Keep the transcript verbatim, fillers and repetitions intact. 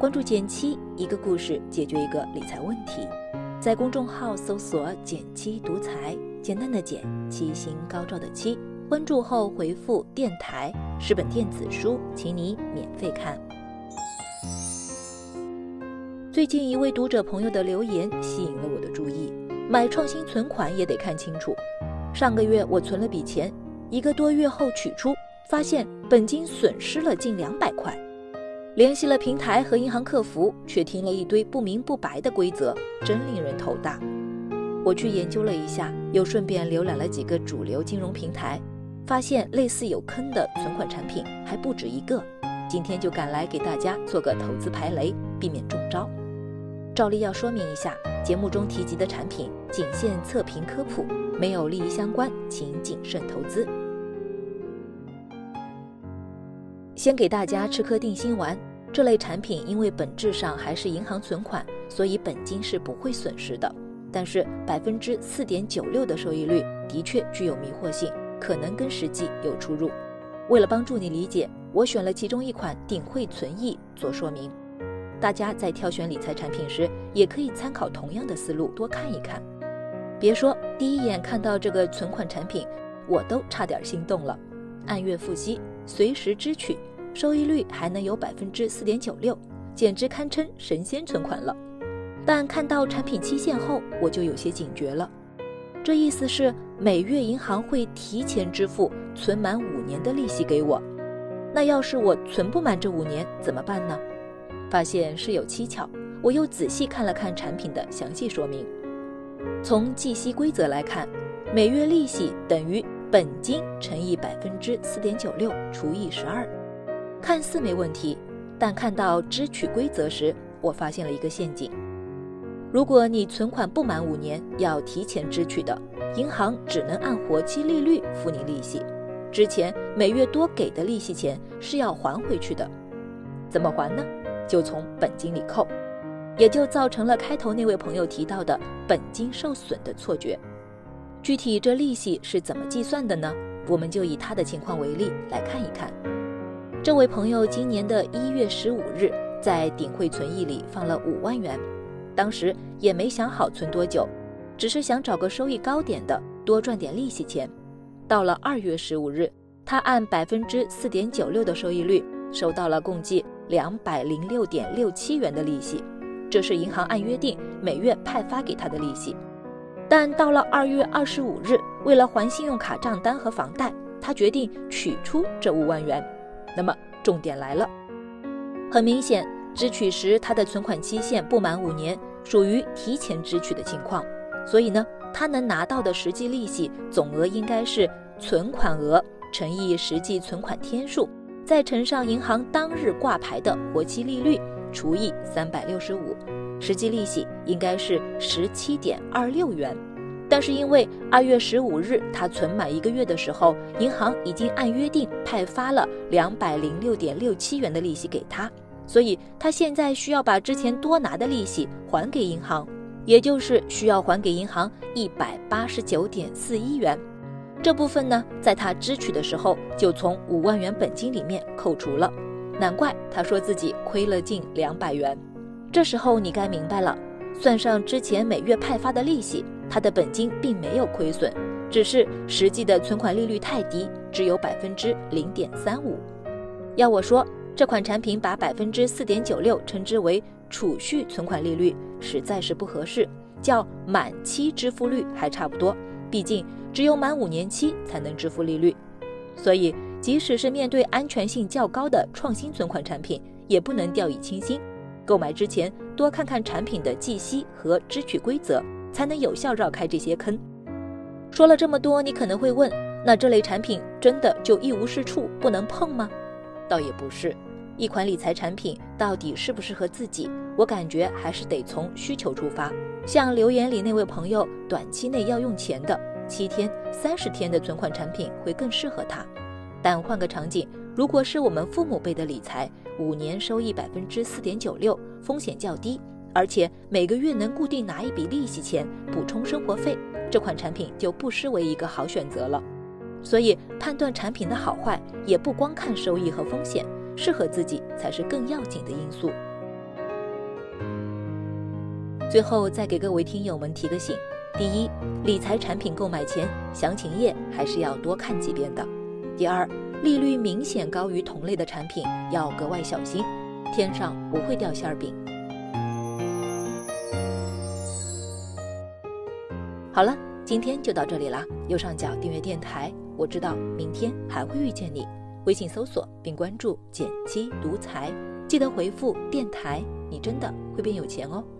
关注减七，一个故事解决一个理财问题。在公众号搜索减七独裁，简单的减，七星高照的七。关注后回复电台，十本电子书，请你免费看。最近一位读者朋友的留言吸引了我的注意，买创新存款也得看清楚。上个月我存了笔钱，一个多月后取出，发现本金损失了近两百块。联系了平台和银行客服，却听了一堆不明不白的规则，真令人头大。我去研究了一下，又顺便浏览了几个主流金融平台，发现类似有坑的存款产品还不止一个。今天就赶来给大家做个投资排雷，避免中招。照例要说明一下，节目中提及的产品仅限测评科普，没有利益相关，请谨慎投资。先给大家吃颗定心丸，这类产品因为本质上还是银行存款，所以本金是不会损失的。但是 百分之四点九六 的收益率的确具有迷惑性，可能跟实际有出入。为了帮助你理解，我选了其中一款鼎汇存益做说明。大家在挑选理财产品时，也可以参考同样的思路，多看一看。别说第一眼看到这个存款产品，我都差点心动了。按月付息，随时支取，收益率还能有 百分之四点九六， 简直堪称神仙存款了。但看到产品期限后，我就有些警觉了。这意思是每月银行会提前支付存满五年的利息给我。那要是我存不满这五年怎么办呢？发现事有蹊跷，我又仔细看了看产品的详细说明。从计息规则来看，每月利息等于本金乘以 百分之四点九六 除以十二。看似没问题，但看到支取规则时，我发现了一个陷阱。如果你存款不满五年要提前支取的，银行只能按活期利率付你利息，之前每月多给的利息钱是要还回去的。怎么还呢？就从本金里扣，也就造成了开头那位朋友提到的本金受损的错觉。具体这利息是怎么计算的呢？我们就以他的情况为例来看一看。这位朋友今年的一月十五日在鼎汇存益里放了五万元，当时也没想好存多久，只是想找个收益高点的，多赚点利息钱。到了二月十五日，他按 百分之四点九六 的收益率收到了共计两百零六点六七元的利息，这是银行按约定每月派发给他的利息。但到了二月二十五日，为了还信用卡账单和房贷，他决定取出这五万元。那么重点来了，很明显，支取时他的存款期限不满五年，属于提前支取的情况，所以呢，他能拿到的实际利息总额应该是存款额乘以实际存款天数，再乘上银行当日挂牌的活期利率除以三百六十五，实际利息应该是 十七点二六元。但是因为二月十五日他存满一个月的时候，银行已经按约定派发了两百零六点六七元的利息给他，所以他现在需要把之前多拿的利息还给银行，也就是需要还给银行 一百八十九点四一元。这部分呢，在他支取的时候就从五万元本金里面扣除了，难怪他说自己亏了近两百元。这时候你该明白了，算上之前每月派发的利息，他的本金并没有亏损，只是实际的存款利率太低，只有 百分之零点三五。要我说，这款产品把 百分之四点九六 称之为储蓄存款利率，实在是不合适，叫满期支付率还差不多，毕竟只有满五年期才能支付利率。所以即使是面对安全性较高的创新存款产品，也不能掉以轻心。购买之前多看看产品的计息和支取规则，才能有效绕开这些坑。说了这么多，你可能会问，那这类产品真的就一无是处，不能碰吗？倒也不是，一款理财产品到底适不适合自己，我感觉还是得从需求出发。像留言里那位朋友，短期内要用钱的，七天、三十天的存款产品会更适合他。但换个场景，如果是我们父母辈的理财，五年收益 百分之四点九六， 风险较低，而且每个月能固定拿一笔利息钱补充生活费，这款产品就不失为一个好选择了。所以判断产品的好坏，也不光看收益和风险，适合自己才是更要紧的因素。 最后再给各位听友们提个醒，第一，理财产品购买前详情页还是要多看几遍的。第二，利率明显高于同类的产品要格外小心，天上不会掉馅儿饼。好了，今天就到这里啦，右上角订阅电台，我知道明天还会遇见你。微信搜索并关注减七独裁，记得回复电台，你真的会变有钱哦。